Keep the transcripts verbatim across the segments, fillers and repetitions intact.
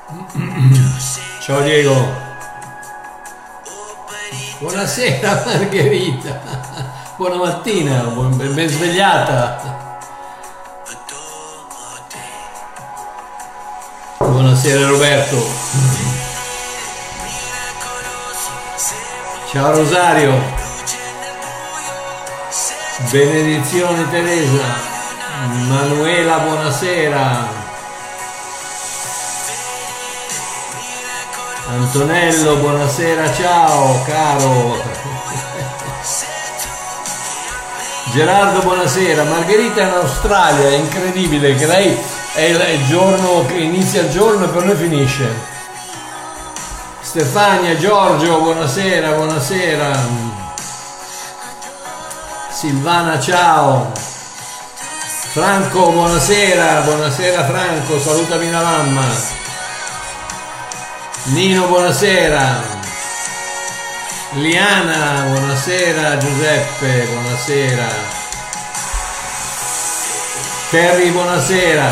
Ciao Diego. Buonasera Margherita. Buona mattina, buon- ben svegliata. Buonasera Roberto. Ciao Rosario. Benedizione Teresa. Manuela, buonasera. Antonello, buonasera, ciao caro. Gerardo, buonasera. Margherita è in Australia, è incredibile che lei è il è il giorno che inizia il giorno e per noi finisce. Stefania, Giorgio, buonasera, buonasera. Silvana, ciao. Franco, buonasera, buonasera Franco, salutami la mamma. Nino, buonasera. Liana, buonasera. Giuseppe, buonasera. Terry, buonasera.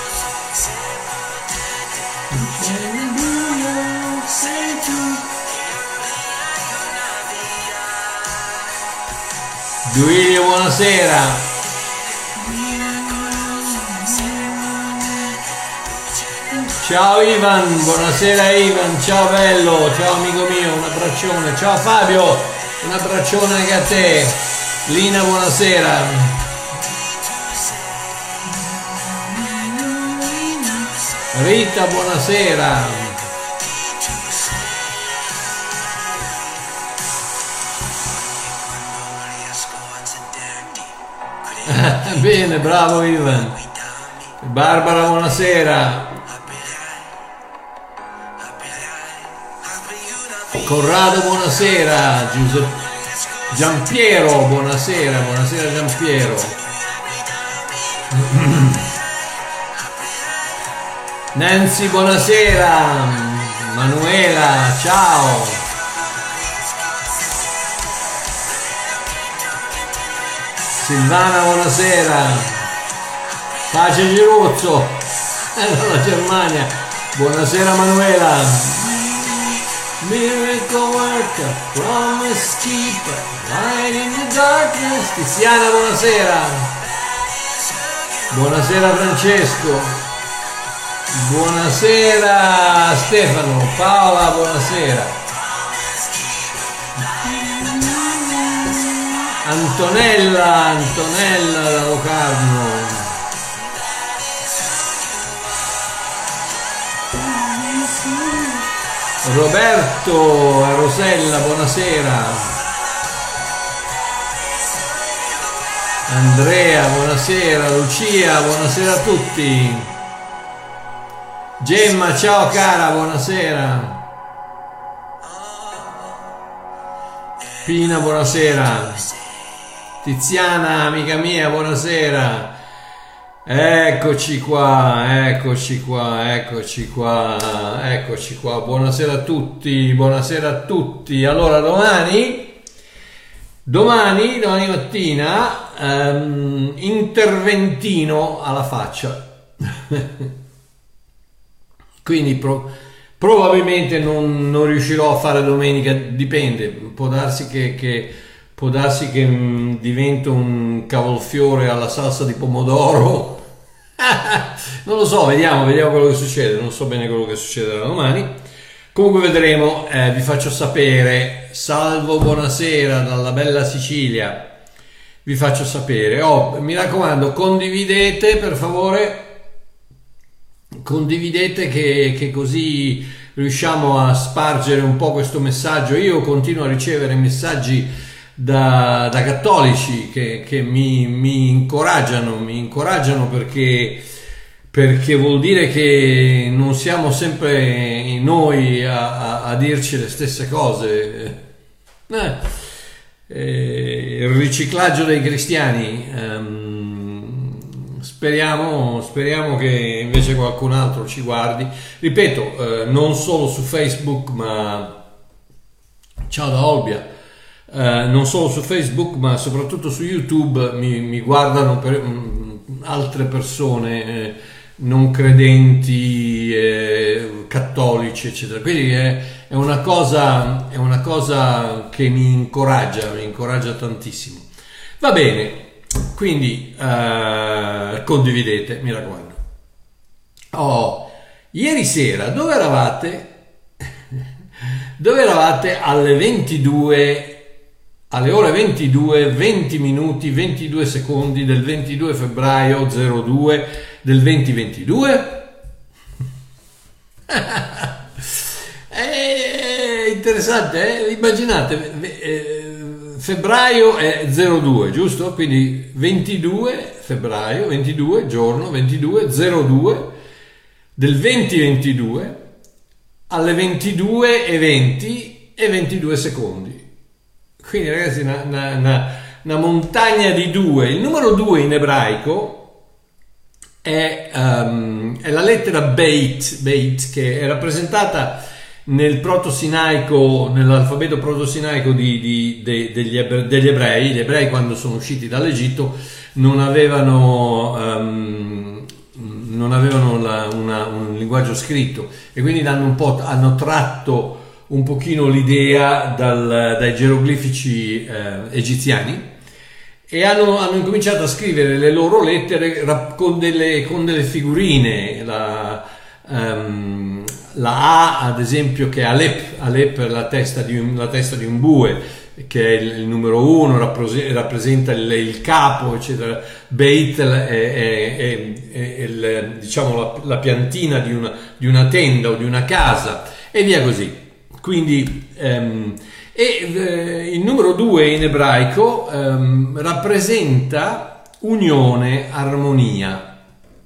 Duilio, buonasera. Ciao Ivan, buonasera Ivan, ciao bello, ciao amico mio, un abbraccione, ciao Fabio, un abbraccione anche a te. Lina, buonasera. Rita, buonasera. Bene, bravo Ivan. Barbara, buonasera. Corrado, buonasera. Giuseppe, Giampiero, buonasera, buonasera Giampiero. Nancy, buonasera. Manuela, ciao. Silvana, buonasera. Pace Giruzzo, dalla Germania. Buonasera Manuela. Miracle worker, promise keeper, light in the darkness. Tiziana, buonasera. Buonasera Francesco. Buonasera Stefano. Paola, buonasera. Antonella, Antonella da Locarno. Roberto e Rosella, buonasera. Andrea, buonasera. Lucia, buonasera a tutti. Gemma, ciao cara, buonasera. Pina, buonasera. Tiziana, amica mia, buonasera. Eccoci qua, eccoci qua, eccoci qua, eccoci qua. Buonasera a tutti, buonasera a tutti. Allora, domani, domani, domani mattina, um, interventino alla faccia. Quindi pro, probabilmente non, non riuscirò a fare domenica, dipende, può darsi che... che Può darsi che mh, divento un cavolfiore alla salsa di pomodoro. Non lo so, vediamo, vediamo quello che succede. Non so bene quello che succederà domani. Comunque vedremo, eh, vi faccio sapere. Salvo, buonasera dalla bella Sicilia. Vi faccio sapere. Oh, mi raccomando, condividete per favore. Condividete che, che così riusciamo a spargere un po' questo messaggio. Io continuo a ricevere messaggi Da, da cattolici che, che mi, mi incoraggiano, mi incoraggiano perché, perché vuol dire che non siamo sempre noi a, a, a dirci le stesse cose. Eh, eh, il riciclaggio dei cristiani. ehm, speriamo, speriamo che invece qualcun altro ci guardi. Ripeto, eh, non solo su Facebook, ma ciao da Olbia. Uh, non solo su Facebook ma soprattutto su YouTube mi, mi guardano per, um, altre persone eh, non credenti, eh, eh, cattolici, eccetera. Quindi è, è, una cosa, è una cosa che mi incoraggia, mi incoraggia tantissimo. Va bene, quindi eh, condividete, mi raccomando. Oh, ieri sera dove eravate? Dove eravate alle ventidue, alle ore ventidue, venti minuti, ventidue secondi del ventidue febbraio zero due del duemilaventidue? È interessante, eh? Immaginate, eh, febbraio è zero due, giusto? Quindi ventidue febbraio, ventidue, giorno, ventidue, zero due del duemilaventidue alle ventidue e venti e ventidue secondi. Quindi ragazzi, una, una, una, una montagna di due. Il numero due in ebraico è, um, è la lettera Beit, Beit, che è rappresentata nel proto-sinaico, nell'alfabeto proto-sinaico di, di, de, degli, ebrei, degli ebrei. Gli ebrei, quando sono usciti dall'Egitto, non avevano... Um, non avevano la, una, un linguaggio scritto, e quindi hanno, un po', hanno tratto un pochino l'idea dal, dai geroglifici eh, egiziani, e hanno, hanno incominciato a scrivere le loro lettere con delle, con delle figurine. La, um, la A, ad esempio, che è Alep, Alep è la testa di un, la testa di un bue, che è il, il numero uno, rappresenta il, il capo, eccetera. Beit è, è, è, è il, diciamo la, la piantina di una, di una tenda o di una casa, e via così. Quindi ehm, e, eh, il numero due in ebraico ehm, rappresenta unione, armonia.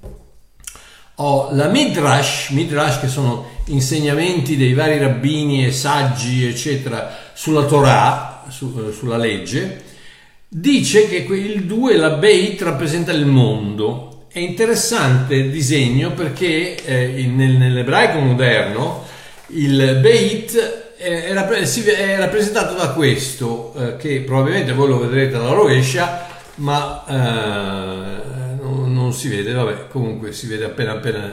Oh, la Midrash, Midrash che sono insegnamenti dei vari rabbini e saggi, eccetera, sulla Torah, su, sulla legge, dice che il due, la Beit, rappresenta il mondo. È interessante il disegno, perché eh, nel, nell'ebraico moderno il Beit è, è rappresentato da questo, eh, che probabilmente voi lo vedrete alla rovescia, ma eh, non, non si vede, vabbè, comunque si vede appena appena,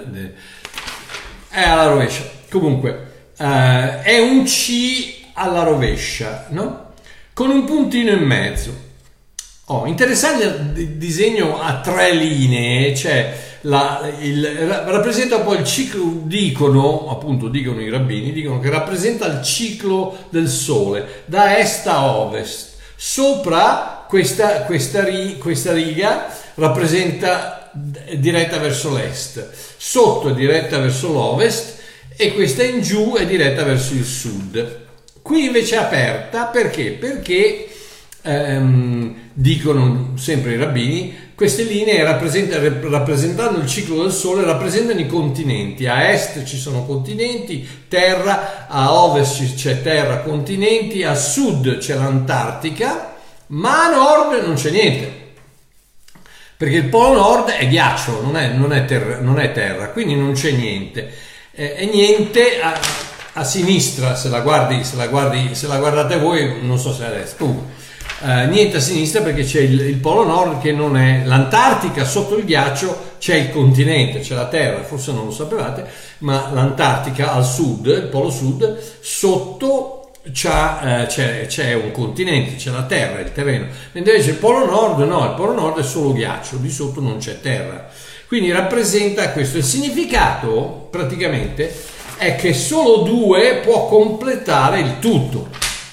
è alla rovescia. Comunque eh, è un C alla rovescia, no? Con un puntino in mezzo. Oh, interessante il disegno a tre linee, cioè la, il, rappresenta un po' il ciclo, dicono, appunto dicono i rabbini, dicono che rappresenta il ciclo del sole, da est a ovest. Sopra questa, questa, questa riga rappresenta diretta verso l'est, sotto è diretta verso l'ovest, e questa in giù è diretta verso il sud. Qui invece è aperta, perché? Perché ehm, dicono sempre i rabbini, queste linee rappresentando il ciclo del sole rappresentano i continenti. A est ci sono continenti, terra, a ovest c'è terra, continenti, a sud c'è l'Antartica, ma a nord non c'è niente, perché il polo nord è ghiaccio, non è, non è, terra, non è terra, quindi non c'è niente. Eh, e niente a, a sinistra, se la guardi, se la guardi, se la guardate voi, non so se è a destra, comunque, eh, niente a sinistra, perché c'è il, il polo nord, che non è l'Antartica. Sotto il ghiaccio c'è il continente, c'è la terra, forse non lo sapevate, ma l'Antartica al sud, il polo sud, sotto c'è, eh, c'è, c'è un continente, c'è la terra, il terreno, mentre invece il polo nord no, il polo nord è solo ghiaccio, di sotto non c'è terra. Quindi rappresenta questo. Il significato praticamente è che solo due può completare il tutto,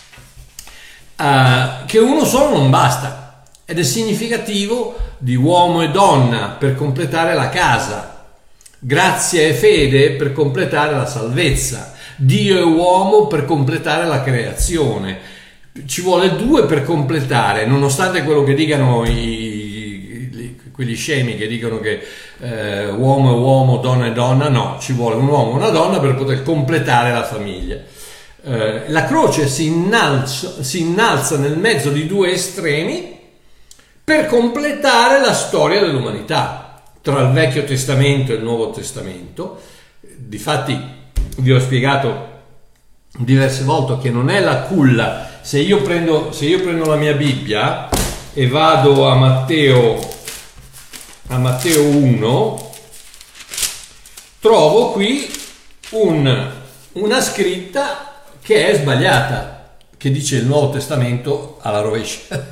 uh, che uno solo non basta, ed è significativo di uomo e donna per completare la casa, grazia e fede per completare la salvezza, Dio e uomo per completare la creazione. Ci vuole due per completare, nonostante quello che dicano i quelli scemi che dicono che eh, uomo è uomo, donna è donna. No, ci vuole un uomo e una donna per poter completare la famiglia. Eh, la croce si innalza, si innalza nel mezzo di due estremi per completare la storia dell'umanità, tra il Vecchio Testamento e il Nuovo Testamento. Difatti vi ho spiegato diverse volte che non è la culla. Se io prendo, se io prendo la mia Bibbia e vado a Matteo a Matteo uno, trovo qui un, una scritta che è sbagliata, che dice il Nuovo Testamento alla rovescia.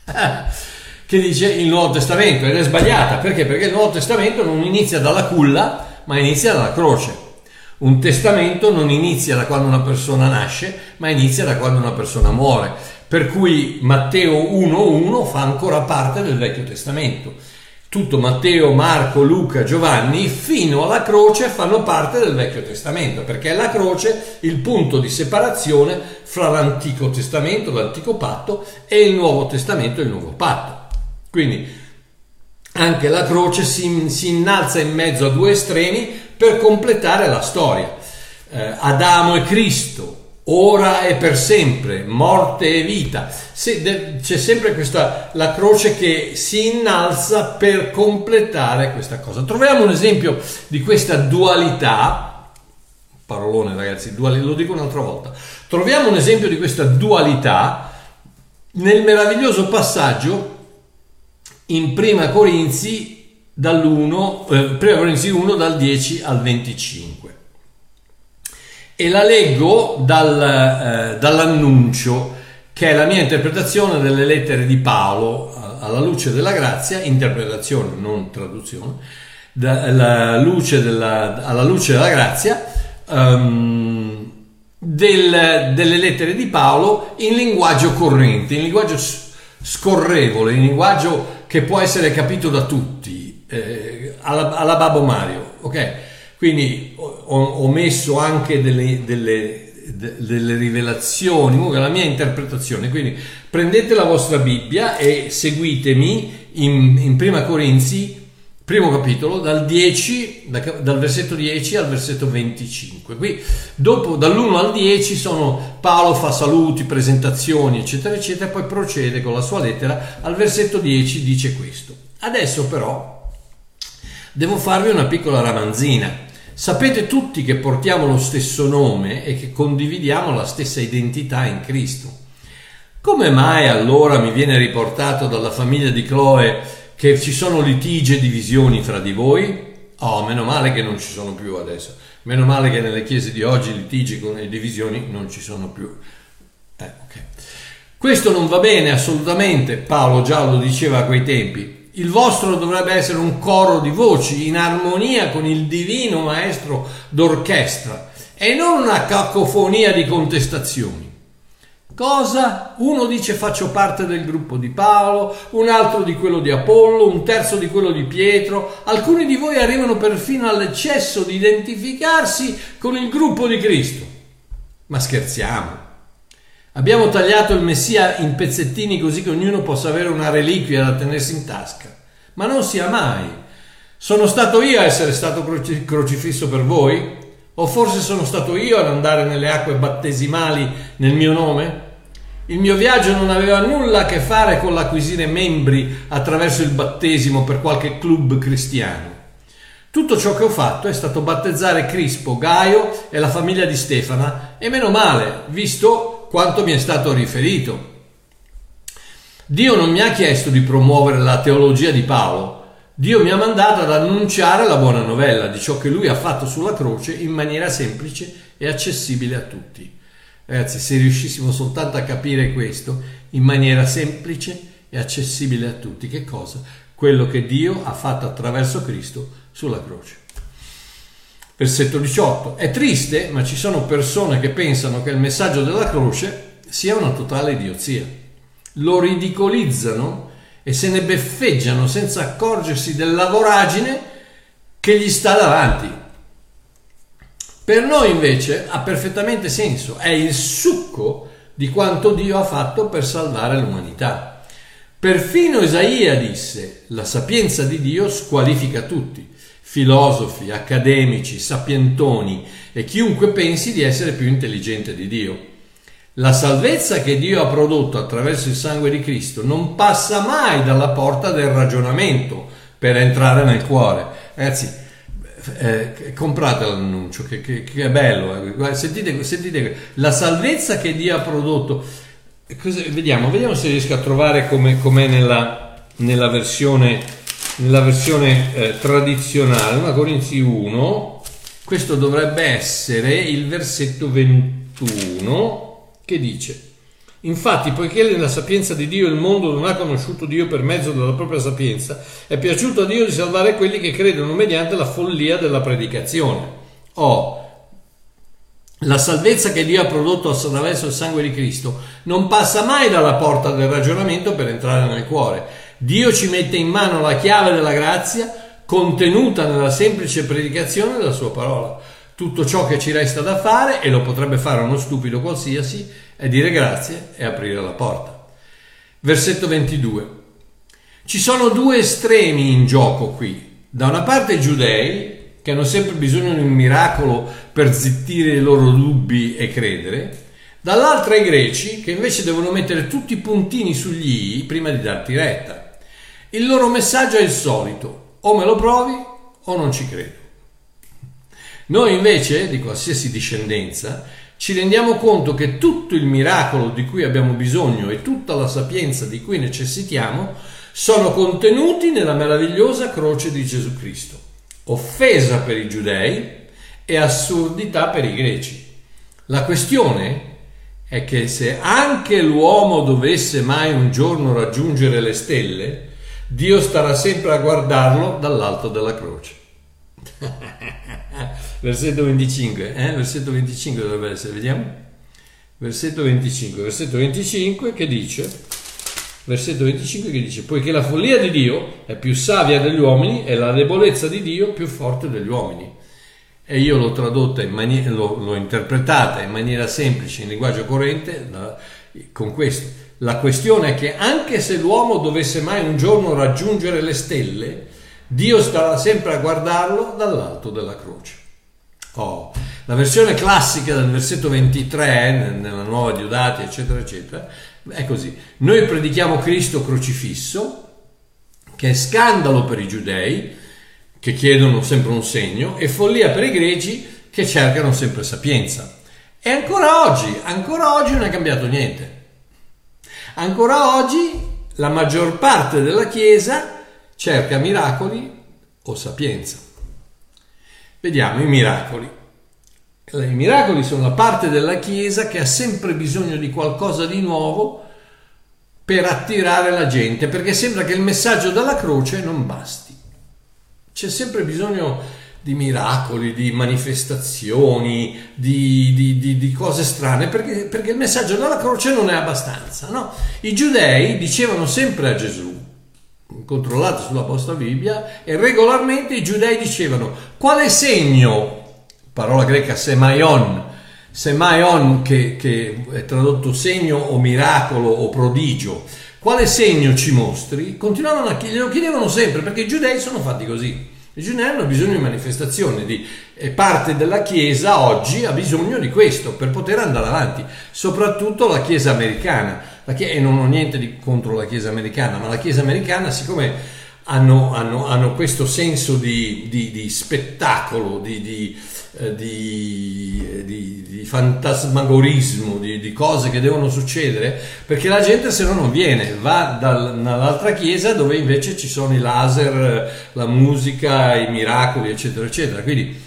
Che dice il Nuovo Testamento ed è sbagliata. Perché? Perché il Nuovo Testamento non inizia dalla culla, ma inizia dalla croce. Un testamento non inizia da quando una persona nasce, ma inizia da quando una persona muore. Per cui Matteo uno uno fa ancora parte del Vecchio Testamento. Tutto Matteo, Marco, Luca, Giovanni fino alla croce fanno parte del Vecchio Testamento, perché è la croce il punto di separazione fra l'Antico Testamento, l'Antico Patto, e il Nuovo Testamento, il Nuovo Patto. Quindi anche la croce si, si innalza in mezzo a due estremi per completare la storia. Eh, Adamo e Cristo, ora e per sempre, morte e vita. Se, de, c'è sempre questa, la croce che si innalza per completare questa cosa. Troviamo un esempio di questa dualità, parolone ragazzi, duali, lo dico un'altra volta, troviamo un esempio di questa dualità nel meraviglioso passaggio in Prima Corinzi dall'uno, eh, Prima Corinzi uno dal dieci al venticinque. E la leggo dal, eh, dall'annuncio, che è la mia interpretazione delle lettere di Paolo alla luce della grazia, interpretazione, non traduzione, alla luce della, alla luce della grazia, um, del, delle lettere di Paolo in linguaggio corrente, in linguaggio scorrevole, in linguaggio che può essere capito da tutti, eh, alla, alla Babbo Mario, ok? Quindi ho, ho messo anche delle, delle, delle rivelazioni, comunque la mia interpretazione. Quindi prendete la vostra Bibbia e seguitemi in, in Prima Corinzi, primo capitolo, dal dieci, dal versetto dieci al versetto venticinque. Qui dopo, dall'uno al dieci, sono Paolo fa saluti, presentazioni, eccetera, eccetera, e poi procede con la sua lettera. Al versetto dieci dice questo. Adesso però devo farvi una piccola ramanzina. Sapete tutti che portiamo lo stesso nome e che condividiamo la stessa identità in Cristo. Come mai allora mi viene riportato dalla famiglia di Chloe che ci sono litigi e divisioni fra di voi? Oh, meno male che non ci sono più adesso. Meno male che nelle chiese di oggi litigi e divisioni non ci sono più. Eh, ok. Questo non va bene assolutamente, Paolo già lo diceva a quei tempi. Il vostro dovrebbe essere un coro di voci in armonia con il divino maestro d'orchestra e non una cacofonia di contestazioni. Cosa? Uno dice faccio parte del gruppo di Paolo, un altro di quello di Apollo, un terzo di quello di Pietro. Alcuni di voi arrivano perfino all'eccesso di identificarsi con il gruppo di Cristo. Ma scherziamo. Abbiamo tagliato il Messia in pezzettini così che ognuno possa avere una reliquia da tenersi in tasca. Ma non sia mai. Sono stato io a essere stato croci- crocifisso per voi? O forse sono stato io ad andare nelle acque battesimali nel mio nome? Il mio viaggio non aveva nulla a che fare con l'acquisire membri attraverso il battesimo per qualche club cristiano. Tutto ciò che ho fatto è stato battezzare Crispo, Gaio e la famiglia di Stefana, e meno male, visto quanto mi è stato riferito. Dio non mi ha chiesto di promuovere la teologia di Paolo. Dio mi ha mandato ad annunciare la buona novella di ciò che lui ha fatto sulla croce in maniera semplice e accessibile a tutti. Ragazzi, se riuscissimo soltanto a capire questo in maniera semplice e accessibile a tutti, che cosa? Quello che Dio ha fatto attraverso Cristo sulla croce. Versetto diciotto. È triste, ma ci sono persone che pensano che il messaggio della croce sia una totale idiozia. Lo ridicolizzano e se ne beffeggiano senza accorgersi della voragine che gli sta davanti. Per noi invece ha perfettamente senso, è il succo di quanto Dio ha fatto per salvare l'umanità. Perfino Isaia disse: la sapienza di Dio squalifica tutti, filosofi, accademici, sapientoni e chiunque pensi di essere più intelligente di Dio. La salvezza che Dio ha prodotto attraverso il sangue di Cristo non passa mai dalla porta del ragionamento per entrare nel cuore. Ragazzi, eh, comprate l'annuncio, che, che, che è bello. Eh. Sentite, sentite, la salvezza che Dio ha prodotto. Cosa, vediamo, vediamo se riesco a trovare come com'è nella, nella versione, nella versione eh, tradizionale. Prima Corinzi uno, Questo dovrebbe essere il versetto ventuno, che dice: infatti, poiché nella sapienza di Dio il mondo non ha conosciuto Dio per mezzo della propria sapienza, è piaciuto a Dio di salvare quelli che credono mediante la follia della predicazione. Oh, la salvezza che Dio ha prodotto attraverso il sangue di Cristo non passa mai dalla porta del ragionamento per entrare nel cuore. Dio ci mette in mano la chiave della grazia contenuta nella semplice predicazione della sua parola. Tutto ciò che ci resta da fare, e lo potrebbe fare uno stupido qualsiasi, è dire grazie e aprire la porta. Versetto ventidue. Ci sono due estremi in gioco qui. Da una parte i giudei, che hanno sempre bisogno di un miracolo per zittire i loro dubbi e credere, dall'altra i greci, che invece devono mettere tutti i puntini sugli i prima di darti retta. Il loro messaggio è il solito: o me lo provi o non ci credo. Noi invece, di qualsiasi discendenza, ci rendiamo conto che tutto il miracolo di cui abbiamo bisogno e tutta la sapienza di cui necessitiamo sono contenuti nella meravigliosa croce di Gesù Cristo, offesa per i giudei e assurdità per i greci. La questione è che se anche l'uomo dovesse mai un giorno raggiungere le stelle, Dio starà sempre a guardarlo dall'alto della croce. Versetto venticinque, eh? Versetto venticinque dovrebbe essere, vediamo. Versetto venticinque, versetto venticinque che dice, versetto venticinque che dice: poiché la follia di Dio è più savia degli uomini e la debolezza di Dio più forte degli uomini. E io l'ho tradotta in maniera, l'ho, l'ho interpretata in maniera semplice, in linguaggio corrente, da, con questo. La questione è che anche se l'uomo dovesse mai un giorno raggiungere le stelle, Dio starà sempre a guardarlo dall'alto della croce. Oh, la versione classica del versetto ventitré, nella Nuova Diodati, eccetera, eccetera, è così: noi predichiamo Cristo crocifisso, che è scandalo per i giudei, che chiedono sempre un segno, e follia per i greci, che cercano sempre sapienza. E ancora oggi, ancora oggi non è cambiato niente. Ancora oggi la maggior parte della Chiesa cerca miracoli o sapienza. Vediamo i miracoli. I miracoli sono la parte della Chiesa che ha sempre bisogno di qualcosa di nuovo per attirare la gente, perché sembra che il messaggio della croce non basti. C'è sempre bisogno di miracoli, di manifestazioni, di, di, di, di cose strane, perché, perché il messaggio della croce non è abbastanza, no? I giudei dicevano sempre a Gesù, controllate sulla vostra Bibbia, e regolarmente i giudei dicevano: quale segno, parola greca semaion, semaion che, che è tradotto segno o miracolo o prodigio, quale segno ci mostri? Continuavano a chiedere, glielo chiedevano sempre, perché i giudei sono fatti così. I giudei hanno bisogno di manifestazioni, di, e parte della Chiesa oggi ha bisogno di questo per poter andare avanti, soprattutto la Chiesa americana. La Chiesa, e non ho niente di, contro la Chiesa americana, ma la Chiesa americana, siccome hanno, hanno, hanno questo senso di, di, di spettacolo, di, di, eh, di, di, di fantasmagorismo, di, di cose che devono succedere, perché la gente se no non viene, va dal, dall'altra chiesa dove invece ci sono i laser, la musica, i miracoli, eccetera, eccetera. Quindi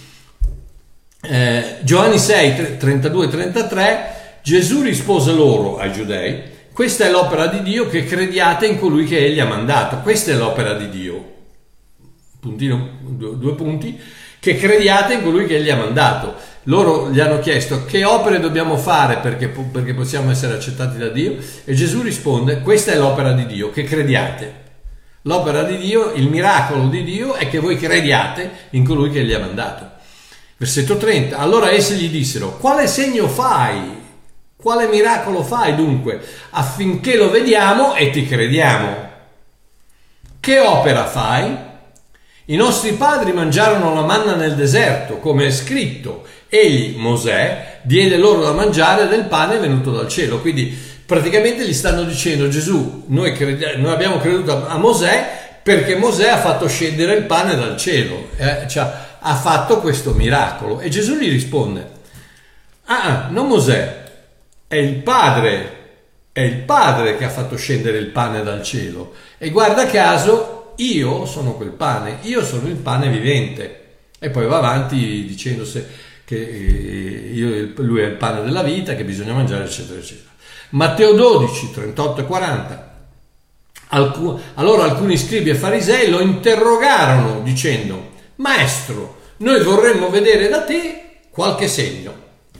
eh, Giovanni sei, trentadue trentatré, Gesù rispose loro, ai giudei: questa è l'opera di Dio, che crediate in colui che egli ha mandato. Questa è l'opera di Dio, puntino, due, due punti, che crediate in colui che egli ha mandato. Loro gli hanno chiesto: che opere dobbiamo fare perché, perché possiamo essere accettati da Dio? E Gesù risponde: questa è l'opera di Dio, che crediate. L'opera di Dio, il miracolo di Dio è che voi crediate in colui che egli ha mandato. Versetto trenta: allora essi gli dissero: quale segno fai? Quale miracolo fai dunque, affinché lo vediamo e ti crediamo? Che opera fai? I nostri padri mangiarono la manna nel deserto, come è scritto: egli, Mosè, diede loro da mangiare del pane venuto dal cielo. Quindi praticamente gli stanno dicendo: Gesù, noi, credi- noi abbiamo creduto a Mosè perché Mosè ha fatto scendere il pane dal cielo, eh? Cioè, ha fatto questo miracolo. E Gesù gli risponde: ah, non Mosè, è il Padre, è il Padre che ha fatto scendere il pane dal cielo. E guarda caso, io sono quel pane, io sono il pane vivente. E poi va avanti dicendo se, che eh, io, lui è il pane della vita, che bisogna mangiare, eccetera, eccetera. Matteo dodici, trentotto e quaranta. Alcun, allora alcuni scribi e farisei lo interrogarono dicendo: Maestro, noi vorremmo vedere da te qualche segno.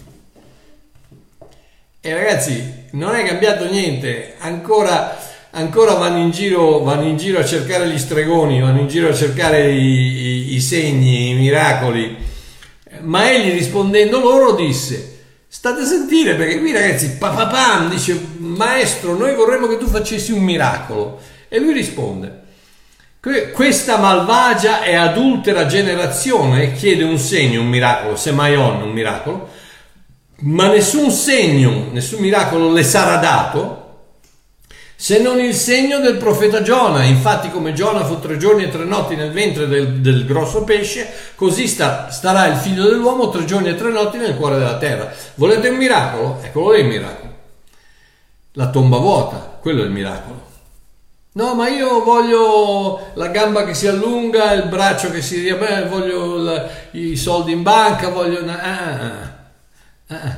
E ragazzi, non è cambiato niente, ancora, ancora vanno in giro, vanno in giro a cercare gli stregoni, vanno in giro a cercare i, i, i segni, i miracoli. Ma egli, rispondendo loro, disse: state a sentire, perché qui ragazzi, papapam, dice: Maestro, noi vorremmo che tu facessi un miracolo. E lui risponde: questa malvagia e adultera generazione chiede un segno, un miracolo, semaion, un miracolo, ma nessun segno, nessun miracolo le sarà dato se non il segno del profeta Giona. Infatti, come Giona fu tre giorni e tre notti nel ventre del, del grosso pesce, così sta, starà il figlio dell'uomo tre giorni e tre notti nel cuore della terra. Volete un miracolo? Eccolo lì il miracolo. La tomba vuota, quello è il miracolo. No, ma io voglio la gamba che si allunga, il braccio che si riapre, voglio la, i soldi in banca, voglio... Una, ah, ah.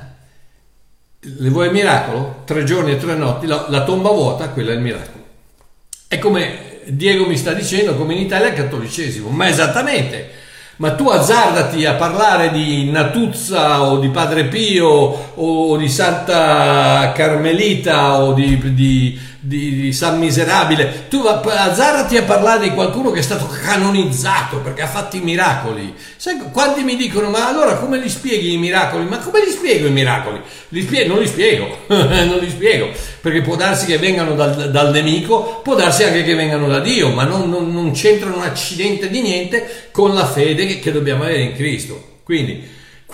Le vuoi il miracolo? Tre giorni e tre notti, la, la tomba vuota, quello è il miracolo. È come Diego mi sta dicendo, come in Italia il cattolicesimo, ma esattamente. Ma tu azzardati a parlare di Natuzza o di Padre Pio o di Santa Carmelita o di, di, di, di San Miserabile, tu azzardati a parlare di qualcuno che è stato canonizzato perché ha fatto i miracoli. Sai quanti mi dicono: ma allora come li spieghi i miracoli? Ma come li spiego i miracoli? Li spie- non li spiego, non li spiego, perché può darsi che vengano dal, dal nemico, può darsi anche che vengano da Dio, ma non, non, non c'entrano un accidente di niente con la fede che, che dobbiamo avere in Cristo. Quindi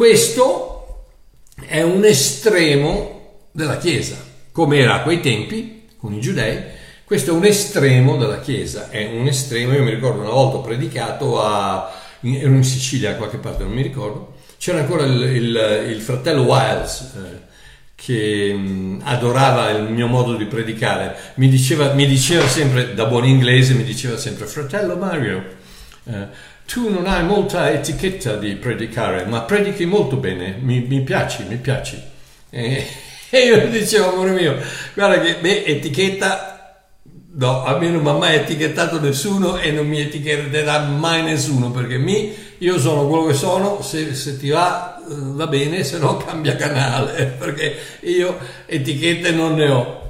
questo è un estremo della Chiesa, come era a quei tempi con i giudei. Questo è un estremo della Chiesa, è un estremo. Io mi ricordo una volta ho predicato a, in, ero in Sicilia, da qualche parte, non mi ricordo, c'era ancora il, il, il fratello Wiles, eh, che mh, adorava il mio modo di predicare. Mi diceva, mi diceva sempre, da buon inglese, mi diceva sempre: fratello Mario, eh, tu non hai molta etichetta di predicare, ma predichi molto bene, mi, mi piaci, mi piaci. E, e io dicevo: amore mio, guarda che beh, etichetta, no, a me non mi ha mai etichettato nessuno e non mi etichetterà mai nessuno, perché mi, io sono quello che sono, se, se ti va va bene, se no cambia canale, perché io etichette non ne ho.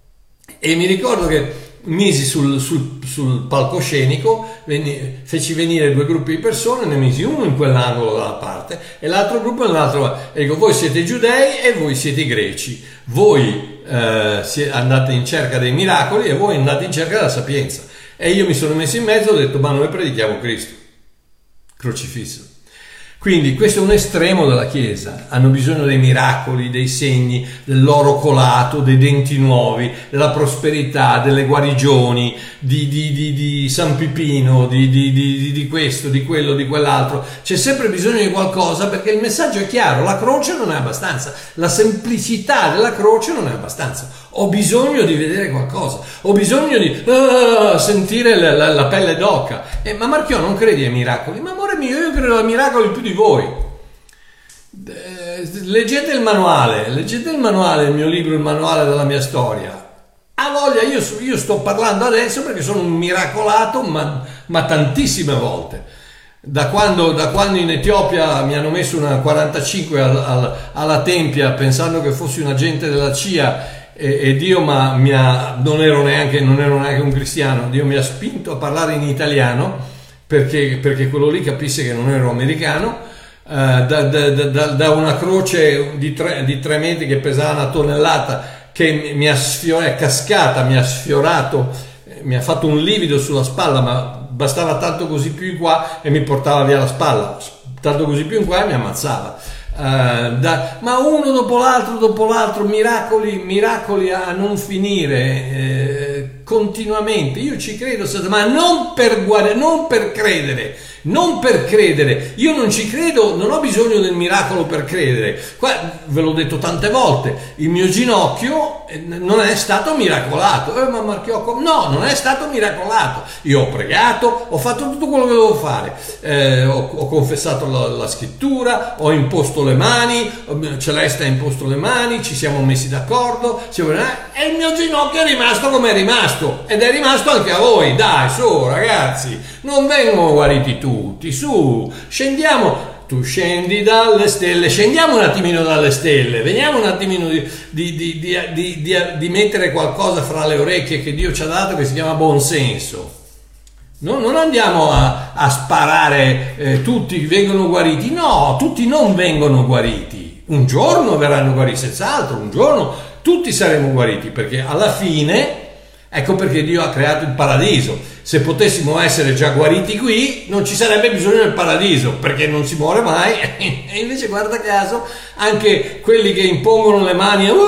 E mi ricordo che misi sul, sul, sul palcoscenico, veni, feci venire due gruppi di persone, ne misi uno in quell'angolo dalla parte e l'altro gruppo nell'altro. E dico: voi siete giudei e voi siete greci, voi eh, andate in cerca dei miracoli e voi andate in cerca della sapienza. E io mi sono messo in mezzo e ho detto: ma noi predichiamo Cristo crocifisso. Quindi questo è un estremo della Chiesa, hanno bisogno dei miracoli, dei segni, dell'oro colato, dei denti nuovi, della prosperità, delle guarigioni, di, di, di, di San Pipino, di, di, di, di questo, di quello, di quell'altro. C'è sempre bisogno di qualcosa, perché il messaggio è chiaro: la croce non è abbastanza, la semplicità della croce non è abbastanza. Ho bisogno di vedere qualcosa, ho bisogno di uh, sentire la, la, la pelle d'oca. Eh, ma Marchiò, non credi ai miracoli? Ma amore mio, io credo ai miracoli più di voi. Eh, leggete il manuale, leggete il manuale, il mio libro, il manuale della mia storia. Ha voglia, io, io sto parlando adesso perché sono un miracolato, ma, ma tantissime volte. Da quando, da quando in Etiopia mi hanno messo una quarantacinque al, al, alla tempia pensando che fossi un agente della C I A, e, e Dio ma, mi ha, non ero neanche, non ero neanche un cristiano, Dio mi ha spinto a parlare in italiano perché, perché quello lì capisse che non ero americano. Uh, da, da, da, da una croce di tre, di tre metri che pesava una tonnellata, che mi ha sfiorato, è cascata, mi ha sfiorato, mi ha fatto un livido sulla spalla, ma bastava tanto così più in qua e mi portava via la spalla, tanto così più in qua e mi ammazzava. Uh, da, ma uno dopo l'altro, dopo l'altro, miracoli, miracoli a non finire, eh, continuamente. Io ci credo, ma non per guardare, non per credere non per credere. Io non ci credo, non ho bisogno del miracolo per credere. Qua ve l'ho detto tante volte, il mio ginocchio non è stato miracolato. Eh, ma Marchiocco, no, non è stato miracolato. Io ho pregato, ho fatto tutto quello che dovevo fare, eh, ho, ho confessato la, la scrittura, ho imposto le mani, Celeste ha imposto le mani, ci siamo messi d'accordo, siamo, eh, e il mio ginocchio è rimasto come è rimasto, ed è rimasto anche a voi. Dai, su ragazzi, non vengono guariti tutti, su, scendiamo. Tu scendi dalle stelle, scendiamo un attimino dalle stelle, veniamo un attimino di, di, di, di, di, di, di mettere qualcosa fra le orecchie che Dio ci ha dato, che si chiama buonsenso. No, non andiamo a, a sparare, eh, tutti vengono guariti, no, tutti non vengono guariti, un giorno verranno guariti, senz'altro, un giorno tutti saremo guariti, perché alla fine, ecco perché Dio ha creato il paradiso. Se potessimo essere già guariti qui, non ci sarebbe bisogno del paradiso, perché non si muore mai. E invece, guarda caso, anche quelli che impongono le mani, uh,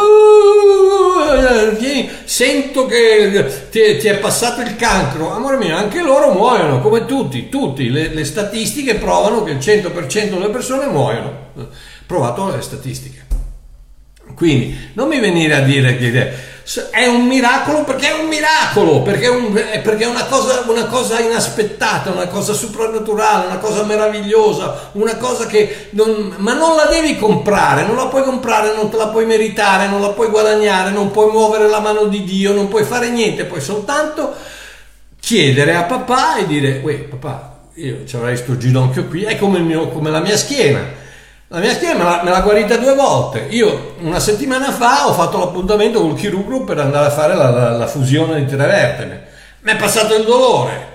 sento che ti, ti è passato il cancro, amore mio, anche loro muoiono, come tutti, tutti. Le, le statistiche provano che il cento per cento delle persone muoiono. Provato le statistiche. Quindi non mi venire a dire che è un miracolo, perché è un miracolo, perché è, un, perché è una cosa, una cosa inaspettata, una cosa soprannaturale, una cosa meravigliosa, una cosa che non, ma non la devi comprare, non la puoi comprare, non te la puoi meritare, non la puoi guadagnare, non puoi muovere la mano di Dio, non puoi fare niente, puoi soltanto chiedere a papà e dire: uè papà, io ci avrei sto ginocchio qui, è come, il mio, come la mia schiena. La mia schiena me l'ha, me l'ha guarita due volte. Io una settimana fa ho fatto l'appuntamento col chirurgo per andare a fare la, la, la fusione di tre vertebre. Mi è passato il dolore,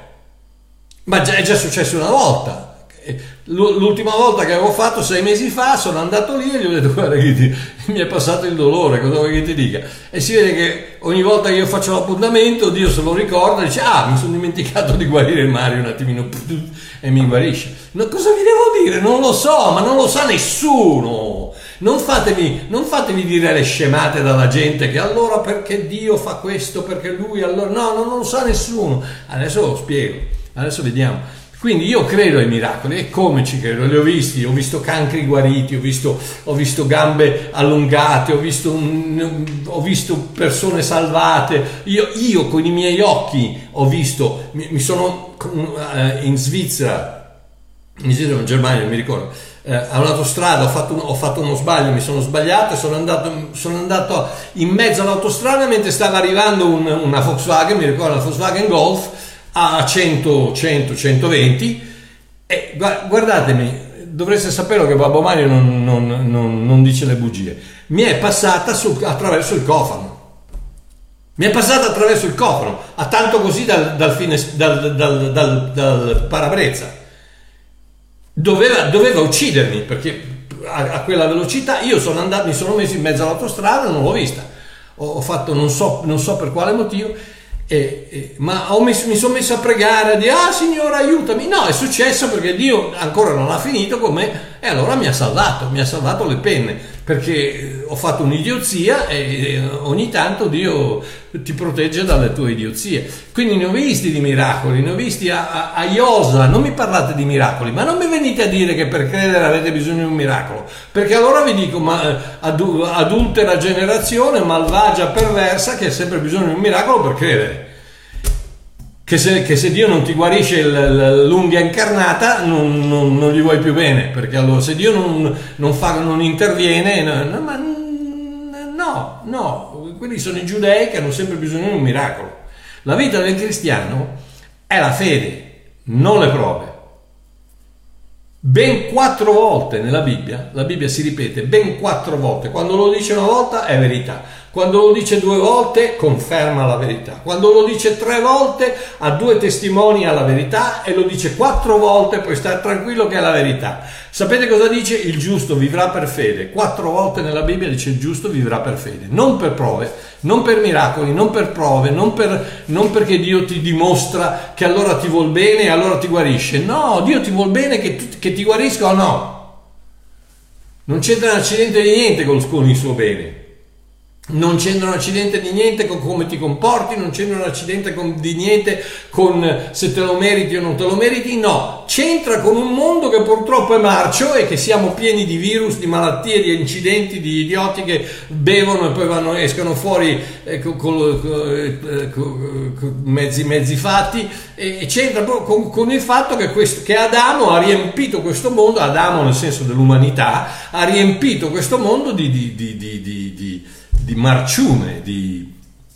ma già, è già successo una volta. L'ultima volta che avevo fatto sei mesi fa, sono andato lì e gli ho detto: guarda che ti, mi è passato il dolore, cosa vuoi che ti dica? E si vede che ogni volta che io faccio l'appuntamento Dio se lo ricorda e dice: ah, mi sono dimenticato di guarire Mario un attimino, e mi guarisce. No, cosa vi devo dire? Non lo so, ma non lo sa nessuno. Non fatevi, non fatevi dire le scemate dalla gente che allora perché Dio fa questo, perché lui allora, no, no, non lo sa nessuno. Adesso lo spiego, adesso vediamo. Quindi io credo ai miracoli, e come ci credo? Li ho visti, ho visto cancri guariti, ho visto, ho visto gambe allungate, ho visto, un, ho visto persone salvate. Io, io con i miei occhi ho visto, mi, mi sono uh, in Svizzera, in Svizzera, in Germania, non mi ricordo, uh, a un'autostrada ho fatto, un, ho fatto uno sbaglio, mi sono sbagliato e sono andato, sono andato in mezzo all'autostrada mentre stava arrivando un, una Volkswagen, mi ricordo la Volkswagen Golf, a cento, cento, centoventi, e guardatemi, dovreste sapere che Babbo Mario non, non, non, non dice le bugie. Mi è passata su, attraverso il cofano, mi è passata attraverso il cofano, a tanto così dal, dal, fine, dal, dal, dal, dal parabrezza. Doveva, doveva uccidermi, perché a, a quella velocità io sono andato, mi sono messo in mezzo all'autostrada, non l'ho vista, ho, ho fatto non so, non so per quale motivo. Eh, eh, ma ho messo, mi sono messo a pregare, a dire: ah Signore aiutami. No, è successo perché Dio ancora non ha finito con me, e allora mi ha salvato, mi ha salvato le penne, perché ho fatto un'idiozia e ogni tanto Dio ti protegge dalle tue idiozie. Quindi ne ho visti di miracoli, ne ho visti a, a, a Iosa. Non mi parlate di miracoli, ma non mi venite a dire che per credere avete bisogno di un miracolo, perché allora vi dico: ma adu, adultera generazione, malvagia, perversa, che ha sempre bisogno di un miracolo per credere. Che se, che se Dio non ti guarisce il, l'unghia incarnata, non, non, non gli vuoi più bene, perché allora se Dio non, non, fa, non interviene, no, ma no, no, quelli sono i giudei che hanno sempre bisogno di un miracolo. La vita del cristiano è la fede, non le prove. Ben quattro volte nella Bibbia, la Bibbia si ripete ben quattro volte. Quando lo dice una volta è verità, quando lo dice due volte conferma la verità, quando lo dice tre volte ha due testimoni alla verità, e lo dice quattro volte puoi stare tranquillo che è la verità. Sapete cosa dice? Il giusto vivrà per fede. Quattro volte nella Bibbia dice il giusto vivrà per fede, non per prove, non per miracoli, non per prove, non, per, non perché Dio ti dimostra che allora ti vuol bene e allora ti guarisce. No, Dio ti vuol bene che, tu, che ti guarisca o no. Non c'entra un accidente di niente con, con il suo bene. non c'entra un accidente di niente con come ti comporti, non c'entra un accidente con, di niente con se te lo meriti o non te lo meriti, no, c'entra con un mondo che purtroppo è marcio e che siamo pieni di virus, di malattie, di incidenti, di idioti che bevono e poi vanno, escono fuori eh, con, con, con, con mezzi, mezzi fatti, e c'entra con, con il fatto che, questo, che Adamo ha riempito questo mondo, Adamo nel senso dell'umanità, ha riempito questo mondo di, di, di, di, di, di di marciume, di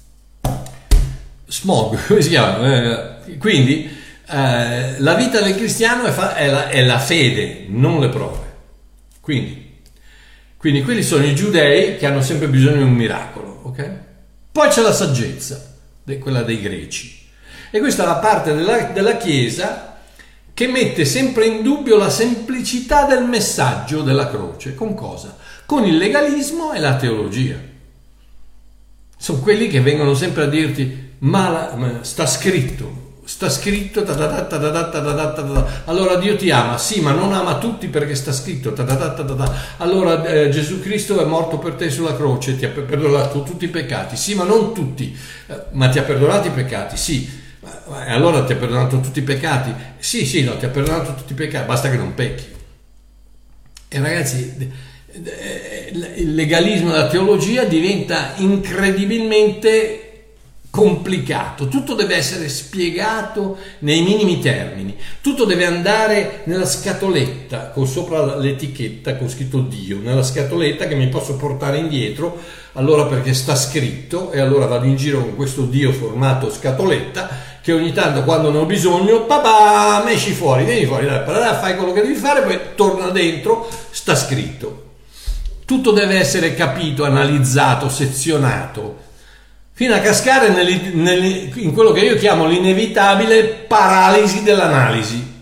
smog, come si chiama? Eh, quindi eh, la vita del cristiano è, fa- è, la, è la fede, non le prove. Quindi, quindi quelli sono i giudei che hanno sempre bisogno di un miracolo, ok? Poi c'è la saggezza, quella dei greci, e questa è la parte della, della Chiesa che mette sempre in dubbio la semplicità del messaggio della croce. Con cosa? Con il legalismo e la teologia. Sono quelli che vengono sempre a dirti ma, la, ma sta scritto, sta scritto, ta ta ta ta ta ta ta ta ta. Allora Dio ti ama, sì, ma non ama tutti perché sta scritto, ta ta ta ta ta. Allora eh, Gesù Cristo è morto per te sulla croce, ti ha perdonato tutti i peccati, sì, ma non tutti, eh, ma ti ha perdonato i peccati, sì, ma, eh, allora ti ha perdonato tutti i peccati, sì, sì, no, ti ha perdonato tutti i peccati, basta che non pecchi. E ragazzi, il legalismo della teologia diventa incredibilmente complicato, tutto deve essere spiegato nei minimi termini, tutto deve andare nella scatoletta con sopra l'etichetta con scritto Dio, nella scatoletta che mi posso portare indietro, allora perché sta scritto, e allora vado in giro con questo Dio formato scatoletta che ogni tanto quando ne ho bisogno, papà, esci fuori, vieni fuori, dai, fai quello che devi fare, poi torna dentro, sta scritto. Tutto deve essere capito, analizzato, sezionato, fino a cascare nel, nel, in quello che io chiamo l'inevitabile paralisi dell'analisi.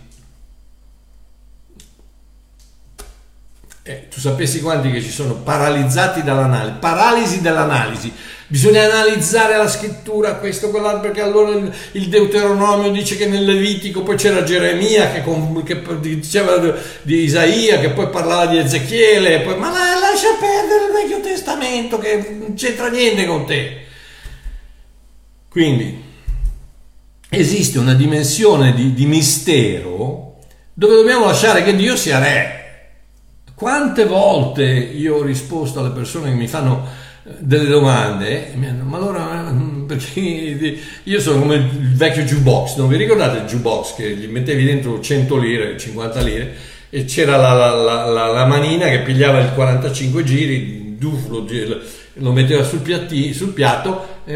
Eh, tu sapessi quanti che ci sono paralizzati dall'analisi, paralisi dell'analisi. Bisogna analizzare la scrittura, questo, quell'altro, perché allora il, il Deuteronomio dice che nel Levitico, poi c'era Geremia che, con, che diceva di Isaia, che poi parlava di Ezechiele, poi, ma lascia perdere il Vecchio Testamento che non c'entra niente con te. Quindi esiste una dimensione di, di mistero dove dobbiamo lasciare che Dio sia re. Quante volte io ho risposto alle persone che mi fanno delle domande, mi hanno, ma allora perché io sono come il vecchio jukebox, non vi ricordate il jukebox che gli mettevi dentro cento lire, cinquanta lire e c'era la, la, la, la, la manina che pigliava il quarantacinque giri, lo, lo metteva sul, piatti, sul piatto e,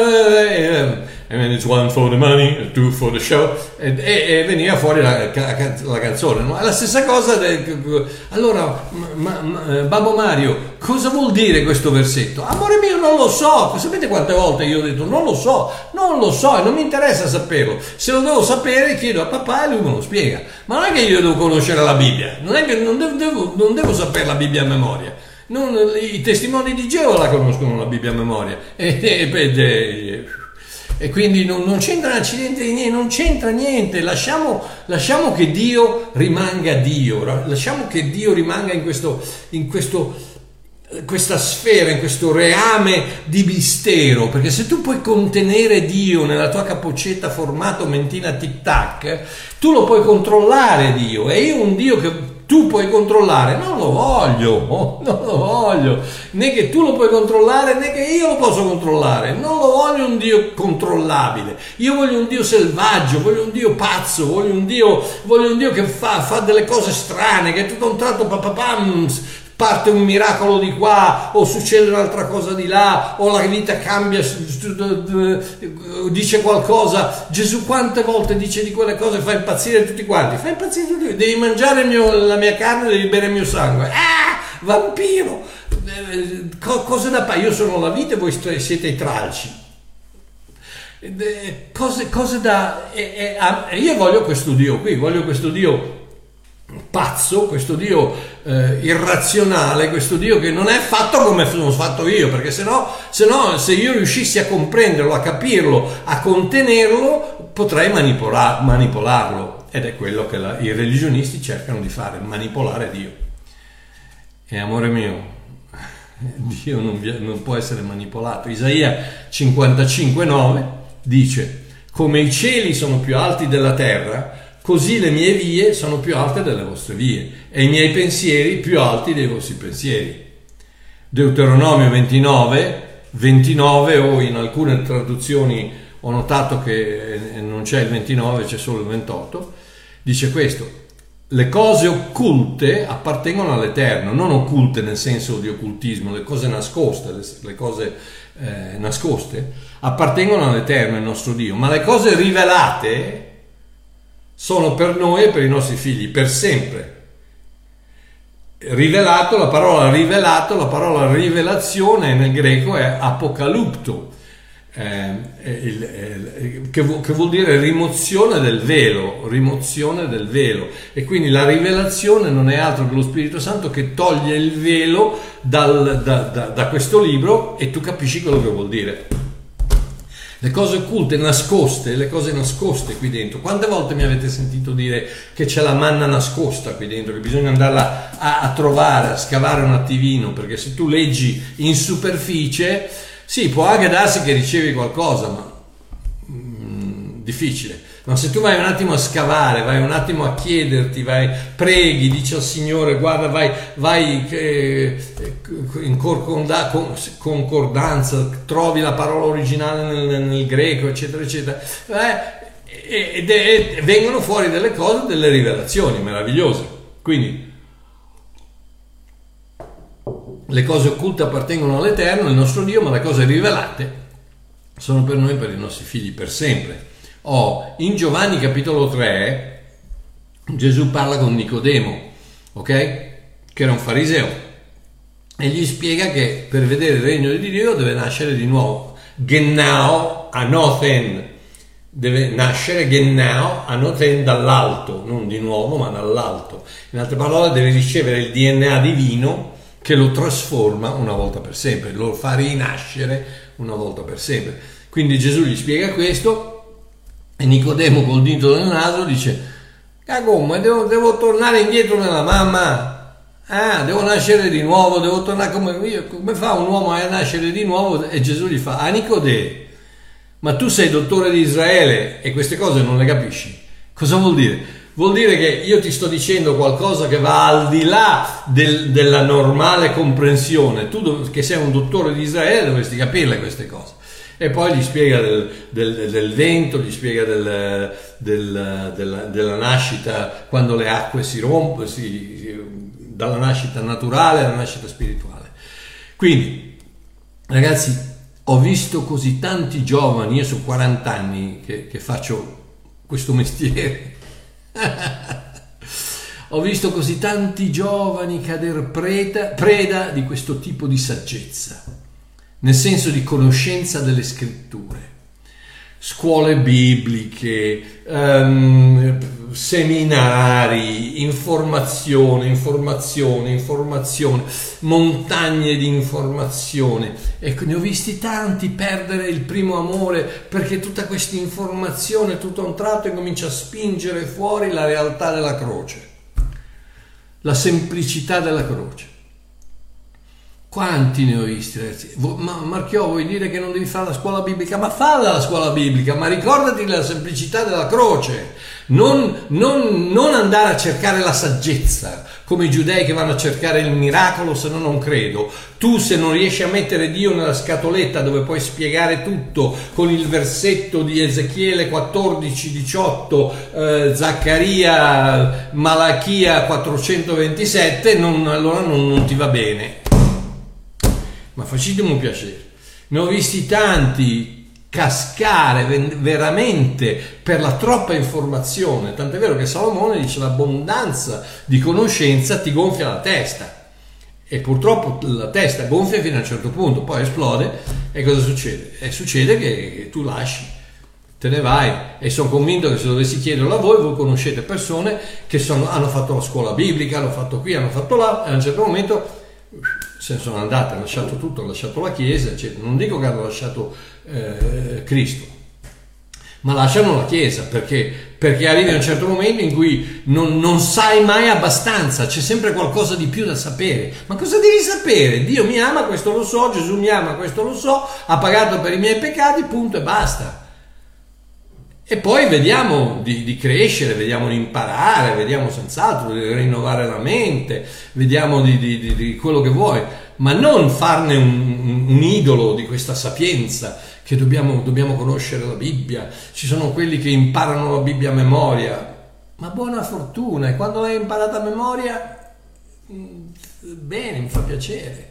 e, and it's one for the money, two for the show, e, e, e veniva fuori la, la canzone, no? È la stessa cosa del, allora ma, ma, Babbo Mario, cosa vuol dire questo versetto? Amore mio, non lo so. Sapete quante volte io ho detto non lo so, non lo so e non mi interessa saperlo, se lo devo sapere chiedo a papà e lui me lo spiega, ma non è che io devo conoscere la Bibbia, non è che non devo, devo, non devo sapere la Bibbia a memoria. Non, i testimoni di Geova la conoscono la Bibbia a memoria e, e, e, e quindi non, non c'entra un accidente di niente, non c'entra niente, lasciamo, lasciamo che Dio rimanga Dio, lasciamo che Dio rimanga in questo, in questo, questa sfera, in questo reame di mistero, perché se tu puoi contenere Dio nella tua capocetta formato mentina tic tac, tu lo puoi controllare Dio, e io un Dio che tu puoi controllare, non lo voglio, non lo voglio, né che tu lo puoi controllare né che io lo posso controllare, non lo voglio un Dio controllabile, io voglio un Dio selvaggio, voglio un Dio pazzo, voglio un Dio, voglio un Dio che fa, fa delle cose strane, che tutto a un tratto papapam, parte un miracolo di qua o succede un'altra cosa di là o la vita cambia, dice qualcosa. Gesù quante volte dice di quelle cose, fa impazzire tutti quanti, fa impazzire tutti, devi mangiare il mio, la mia carne, devi bere il mio sangue. Ah, vampiro, cose da fare, io sono la vita e voi siete i tralci, cose, cose da e, e, io voglio questo Dio qui, voglio questo Dio pazzo, questo Dio eh, irrazionale, questo Dio che non è fatto come sono fatto io, perché se no, se no, se io riuscissi a comprenderlo, a capirlo, a contenerlo, potrei manipola- manipolarlo, ed è quello che la, i religionisti cercano di fare, manipolare Dio. E amore mio, Dio non, vi- non può essere manipolato. Isaia cinquantacinque nove dice: come i cieli sono più alti della terra, così le mie vie sono più alte delle vostre vie e i miei pensieri più alti dei vostri pensieri. Deuteronomio ventinove ventinove, o in alcune traduzioni ho notato che non c'è il ventinove, c'è solo il ventotto, dice questo: le cose occulte appartengono all'Eterno, non occulte nel senso di occultismo, le cose nascoste, le, le cose eh, nascoste appartengono all'Eterno, il nostro Dio, ma le cose rivelate sono per noi e per i nostri figli, per sempre. Rivelato, la parola rivelato, la parola rivelazione nel greco è apocalupto, eh, il, eh, che, vu- che vuol dire rimozione del velo, rimozione del velo, e quindi la rivelazione non è altro che lo Spirito Santo che toglie il velo dal, da, da, da questo libro, e tu capisci quello che vuol dire. Le cose occulte, nascoste, le cose nascoste qui dentro. Quante volte mi avete sentito dire che c'è la manna nascosta qui dentro, che bisogna andarla a, a trovare, a scavare un attimino, perché se tu leggi in superficie, sì, può anche darsi che ricevi qualcosa, ma mm, difficile. Ma se tu vai un attimo a scavare, vai un attimo a chiederti, vai, preghi, dici al Signore, guarda, vai, vai eh, in concorda, con, concordanza, trovi la parola originale nel, nel greco, eccetera, eccetera, eh, ed è, e vengono fuori delle cose, delle rivelazioni meravigliose. Quindi le cose occulte appartengono all'Eterno, il nostro Dio, ma le cose rivelate sono per noi e per i nostri figli per sempre. Oh, in Giovanni capitolo tre Gesù parla con Nicodemo, ok? Che era un fariseo, e gli spiega che per vedere il regno di Dio deve nascere di nuovo. Gennao anothen, deve nascere Gennao anothen dall'alto, non di nuovo ma dall'alto. In altre parole, deve ricevere il D N A divino che lo trasforma una volta per sempre, lo fa rinascere una volta per sempre. Quindi Gesù gli spiega questo. E Nicodemo col dito nel naso dice: Cagò, ma devo, devo tornare indietro nella mamma? Ah, devo nascere di nuovo, devo tornare come io. Come fa un uomo a nascere di nuovo? E Gesù gli fa: ah, Nicodè, ma tu sei dottore di Israele e queste cose non le capisci? Cosa vuol dire? Vuol dire che io ti sto dicendo qualcosa che va al di là del, della normale comprensione. Tu che sei un dottore di Israele dovresti capirle queste cose. E poi gli spiega del, del, del vento, gli spiega del, del, della, della nascita, quando le acque si rompono, si, dalla nascita naturale alla nascita spirituale. Quindi, ragazzi, ho visto così tanti giovani, io sono quaranta anni che, che faccio questo mestiere, ho visto così tanti giovani cadere preda, preda di questo tipo di saggezza, nel senso di conoscenza delle scritture, scuole bibliche, um, seminari, informazione, informazione, informazione, montagne di informazione. Ecco, ne ho visti tanti perdere il primo amore perché tutta questa informazione tutto a un tratto comincia a spingere fuori la realtà della croce, la semplicità della croce. Quanti ne ho visti, ragazzi? Ma Marchiò, vuoi dire che non devi fare la scuola biblica? Ma falla la scuola biblica, ma ricordati della semplicità della croce. Non, non, non andare a cercare la saggezza, come i giudei che vanno a cercare il miracolo, se no non credo. Tu, se non riesci a mettere Dio nella scatoletta dove puoi spiegare tutto con il versetto di Ezechiele quattordici diciotto, eh, Zaccaria, Malachia quattrocentoventisette, non, allora non, non ti va bene. Ma facetemi un piacere, ne ho visti tanti cascare veramente per la troppa informazione, tant'è vero che Salomone dice: l'abbondanza di conoscenza ti gonfia la testa, e purtroppo la testa gonfia fino a un certo punto, poi esplode, e cosa succede? E succede che tu lasci, te ne vai. E sono convinto che se dovessi chiederlo a voi, voi conoscete persone che sono, hanno fatto la scuola biblica, hanno fatto qui, hanno fatto là, e a un certo momento se ne sono andate, hanno lasciato tutto, hanno lasciato la Chiesa, eccetera. Non dico che hanno lasciato eh, Cristo, ma lasciano la Chiesa perché, perché arrivi a un certo momento in cui non, non sai mai abbastanza, c'è sempre qualcosa di più da sapere. Ma cosa devi sapere? Dio mi ama, questo lo so, Gesù mi ama, questo lo so, ha pagato per i miei peccati, punto e basta. E poi vediamo di, di crescere, vediamo di imparare, vediamo senz'altro di rinnovare la mente, vediamo di, di, di, di quello che vuoi, ma non farne un, un, un idolo di questa sapienza che dobbiamo, dobbiamo conoscere la Bibbia. Ci sono quelli che imparano la Bibbia a memoria, ma buona fortuna, e quando l'hai imparata a memoria, bene, mi fa piacere.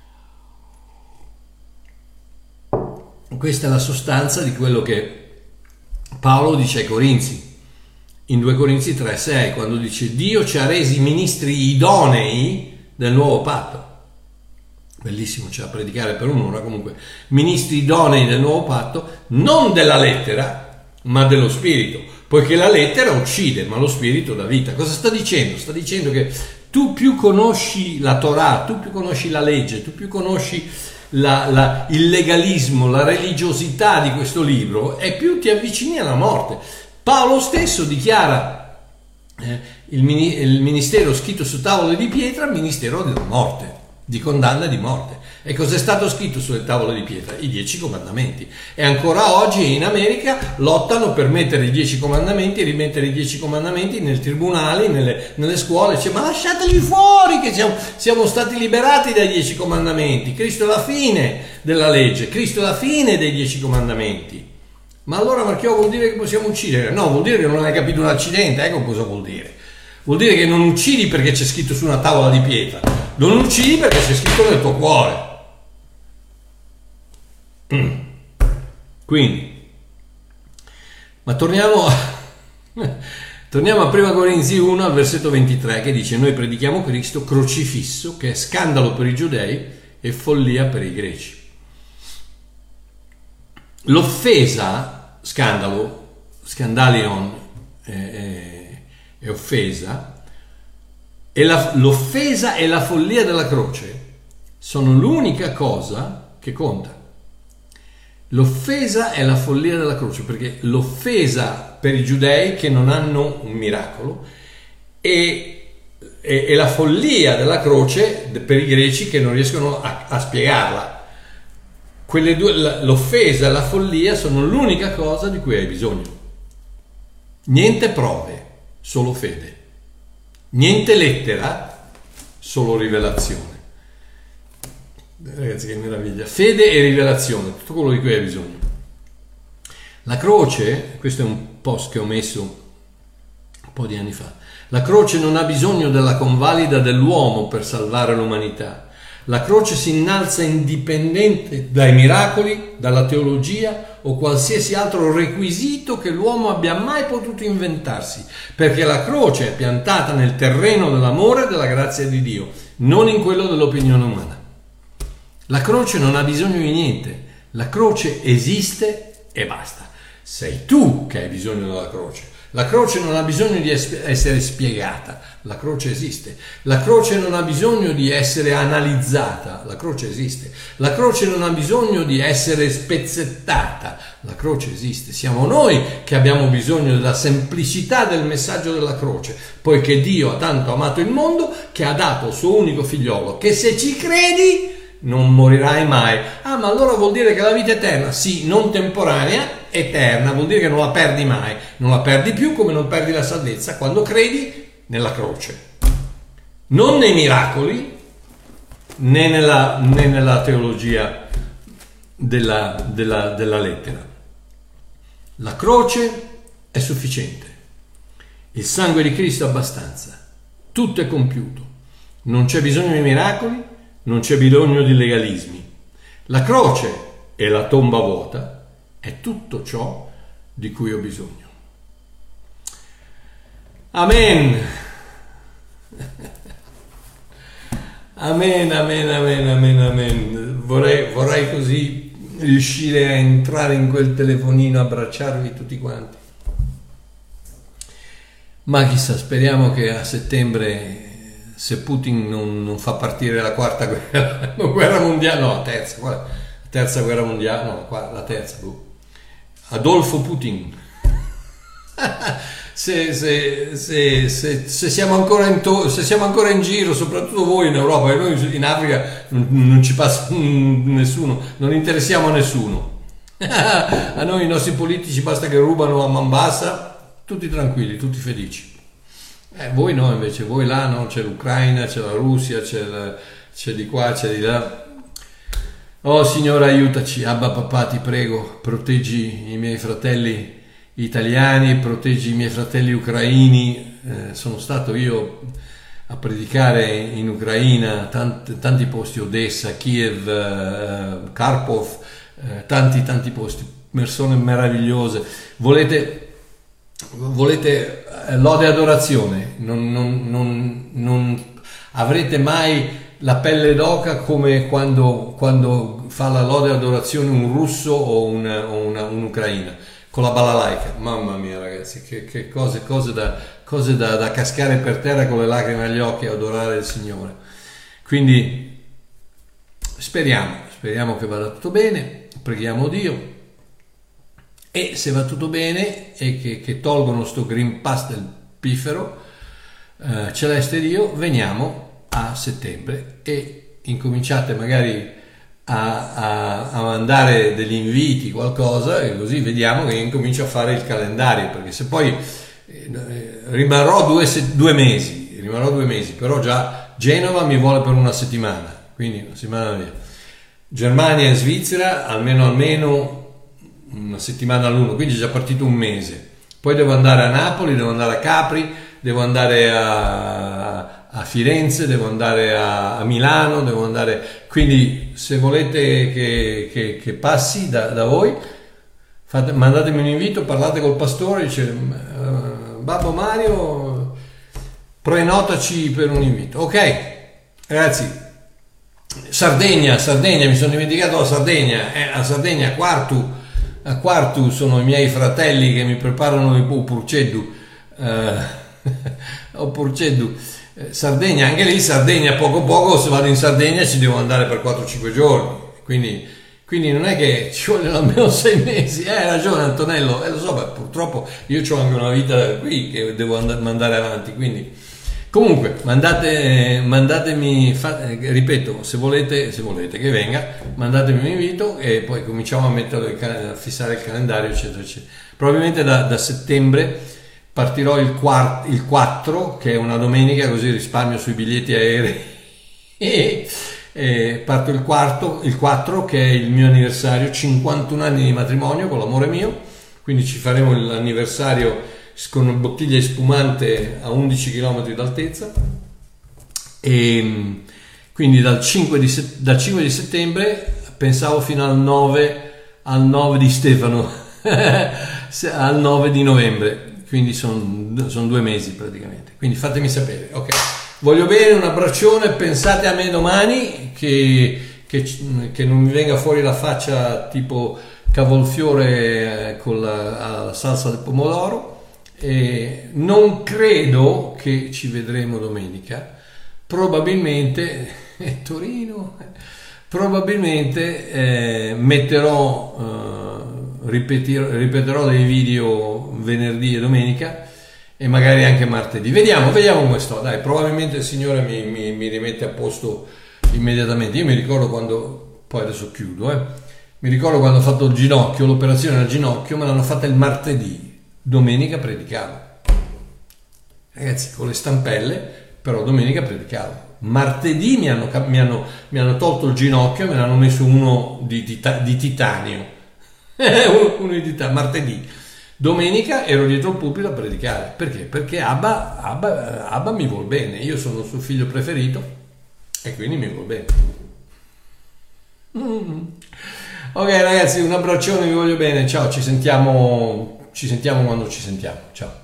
Questa è la sostanza di quello che Paolo dice ai Corinzi, in due Corinzi tre sei, quando dice Dio ci ha resi ministri idonei del nuovo patto. Bellissimo, c'è da predicare per un'ora, comunque, ministri idonei del nuovo patto, non della lettera, ma dello spirito, poiché la lettera uccide, ma lo spirito dà vita. Cosa sta dicendo? Sta dicendo che tu più conosci la Torah, tu più conosci la legge, tu più conosci La, la, il legalismo, la religiosità di questo libro, e più ti avvicini alla morte. Paolo stesso dichiara eh, il, il ministero scritto su tavole di pietra, ministero della morte, di condanna e di morte. E cos'è stato scritto sulle tavole di pietra? I dieci comandamenti. E ancora oggi in America lottano per mettere i dieci comandamenti, rimettere i dieci comandamenti nei tribunali, nelle, nelle scuole. Cioè, ma lasciateli fuori, che siamo, siamo stati liberati dai dieci comandamenti. Cristo è la fine della legge, Cristo è la fine dei dieci comandamenti. Ma allora, Marchiò, vuol dire che possiamo uccidere? No, vuol dire che non hai capito un accidente. Ecco cosa vuol dire. Vuol dire che non uccidi perché c'è scritto su una tavola di pietra, non uccidi perché c'è scritto nel tuo cuore. Quindi, ma torniamo a, torniamo a prima Corinzi uno al versetto ventitré, che dice: noi predichiamo Cristo crocifisso, che è scandalo per i giudei e follia per i greci. L'offesa, scandalo, scandalion e, e offesa, e la, l'offesa e la follia della croce sono l'unica cosa che conta. L'offesa è la follia della croce, perché l'offesa per i giudei che non hanno un miracolo, e, e, e la follia della croce per i greci che non riescono a, a spiegarla. Quelle due, l'offesa e la follia, sono l'unica cosa di cui hai bisogno. Niente prove, solo fede. Niente lettera, solo rivelazione. Ragazzi, che meraviglia. Fede e rivelazione, tutto quello di cui hai bisogno. La croce, questo è un post che ho messo un po' di anni fa, la croce non ha bisogno della convalida dell'uomo per salvare l'umanità. La croce si innalza indipendente dai miracoli, dalla teologia o qualsiasi altro requisito che l'uomo abbia mai potuto inventarsi, perché la croce è piantata nel terreno dell'amore e della grazia di Dio, non in quello dell'opinione umana. La croce non ha bisogno di niente, la croce esiste e basta. Sei tu che hai bisogno della croce. La croce non ha bisogno di essere spiegata, la croce esiste. La croce non ha bisogno di essere analizzata, la croce esiste. La croce non ha bisogno di essere spezzettata, la croce esiste. Siamo noi che abbiamo bisogno della semplicità del messaggio della croce, poiché Dio ha tanto amato il mondo che ha dato il suo unico figliolo, che se ci credi non morirai mai. Ah, ma allora vuol dire che la vita è eterna? Sì, non temporanea, eterna, vuol dire che non la perdi mai, non la perdi più, come non perdi la salvezza quando credi nella croce, non nei miracoli né nella, né nella teologia della, della, della lettera. La croce è sufficiente, il sangue di Cristo è abbastanza, tutto è compiuto, non c'è bisogno di miracoli, non c'è bisogno di legalismi. La croce e la tomba vuota è tutto ciò di cui ho bisogno. Amen. Amen, amen, amen, amen, amen. Vorrei, vorrei così riuscire a entrare in quel telefonino, abbracciarvi tutti quanti. Ma chissà, speriamo che a settembre, se Putin non, non fa partire la quarta guerra, guerra mondiale, no, la terza, la terza guerra mondiale, no, la terza, boh. Adolfo Putin. Se, se, se, se, se, siamo ancora in to- se siamo ancora in giro, soprattutto voi in Europa, e noi in Africa non, non ci passa nessuno, non interessiamo a nessuno. A noi i nostri politici basta che rubano a man bassa, tutti tranquilli, tutti felici. Eh, voi no, invece, voi là no, c'è l'Ucraina, c'è la Russia, c'è, la, c'è di qua, c'è di là. Oh Signore, aiutaci, Abba papà, ti prego, proteggi i miei fratelli italiani, proteggi i miei fratelli ucraini. Eh, sono stato io a predicare in Ucraina, tanti, tanti posti, Odessa, Kiev, eh, Kharkov, eh, tanti tanti posti, persone meravigliose. Volete, volete lode e adorazione, non, non, non, non avrete mai la pelle d'oca come quando, quando fa la lode e adorazione un russo o, una, o una, un'ucraina con la balalaica. Mamma mia ragazzi, che, che cose, cose, da, cose da, da cascare per terra con le lacrime agli occhi e adorare il Signore. Quindi speriamo, speriamo che vada tutto bene, preghiamo Dio, e se va tutto bene e che, che tolgono sto Green Pass del piffero, eh, celeste Dio, veniamo a settembre e incominciate magari A, a, a mandare degli inviti, qualcosa, e così vediamo che incomincio a fare il calendario, perché se poi eh, rimarrò due, due mesi rimarrò due mesi, però già Genova mi vuole per una settimana, quindi una settimana via. Germania e Svizzera almeno almeno una settimana all'uno, quindi è già partito un mese. Poi devo andare a Napoli, devo andare a Capri, devo andare a, a Firenze, devo andare a, a Milano, devo andare. Quindi se volete che, che, che passi da, da voi, fate, mandatemi un invito, parlate col pastore, dice uh, Babbo Mario, prenotaci per un invito. Ok, ragazzi, Sardegna, Sardegna, mi sono dimenticato la Sardegna, eh, a Sardegna, a Quartu, a Quartu sono i miei fratelli che mi preparano il purceddu, uh, o purceddu. Sardegna, anche lì Sardegna, poco poco se vado in Sardegna ci devo andare per quattro cinque giorni, quindi, quindi non è che ci vogliono almeno sei mesi. Eh, hai ragione Antonello, eh, lo so, beh, purtroppo io ho anche una vita qui che devo and- mandare avanti, quindi comunque mandate, mandatemi, fa- eh, ripeto, se volete, se volete che venga, mandatemi un invito e poi cominciamo a, mettere, a fissare il calendario, eccetera, eccetera. Probabilmente da, da settembre partirò il, quart- il quattro, che è una domenica, così risparmio sui biglietti aerei, e, e parto il, quarto, il quattro, che è il mio anniversario, cinquantuno anni di matrimonio con l'amore mio, quindi ci faremo l'anniversario con bottiglia di spumante a undici chilometri d'altezza, e quindi dal cinque di, set- dal cinque di settembre pensavo fino al nove, al nove di Stefano, al nove di novembre. Quindi sono son due mesi praticamente, quindi fatemi sapere. Ok, voglio bene, un abbraccione, pensate a me domani, che, che, che non mi venga fuori la faccia tipo cavolfiore con la, la salsa del pomodoro. E non credo che ci vedremo domenica, probabilmente eh, Torino, probabilmente eh, metterò... Eh, Ripetirò, ripeterò dei video venerdì e domenica e magari anche martedì. Vediamo, vediamo come sto. Dai, probabilmente il Signore mi, mi, mi rimette a posto immediatamente. Io mi ricordo quando, poi adesso chiudo, eh, mi ricordo quando ho fatto il ginocchio, l'operazione al ginocchio, me l'hanno fatta il martedì, domenica predicavo. Ragazzi, con le stampelle, però domenica predicavo. Martedì mi hanno, mi hanno, mi hanno tolto il ginocchio e me ne hanno messo uno di, di, di titanio. uno di martedì, domenica ero dietro il pulpito a predicare. Perché? Perché Abba, Abba, Abba mi vuol bene, io sono il suo figlio preferito e quindi mi vuol bene. mm. Ok ragazzi, un abbraccione, vi voglio bene, ciao, ci sentiamo ci sentiamo quando ci sentiamo, ciao.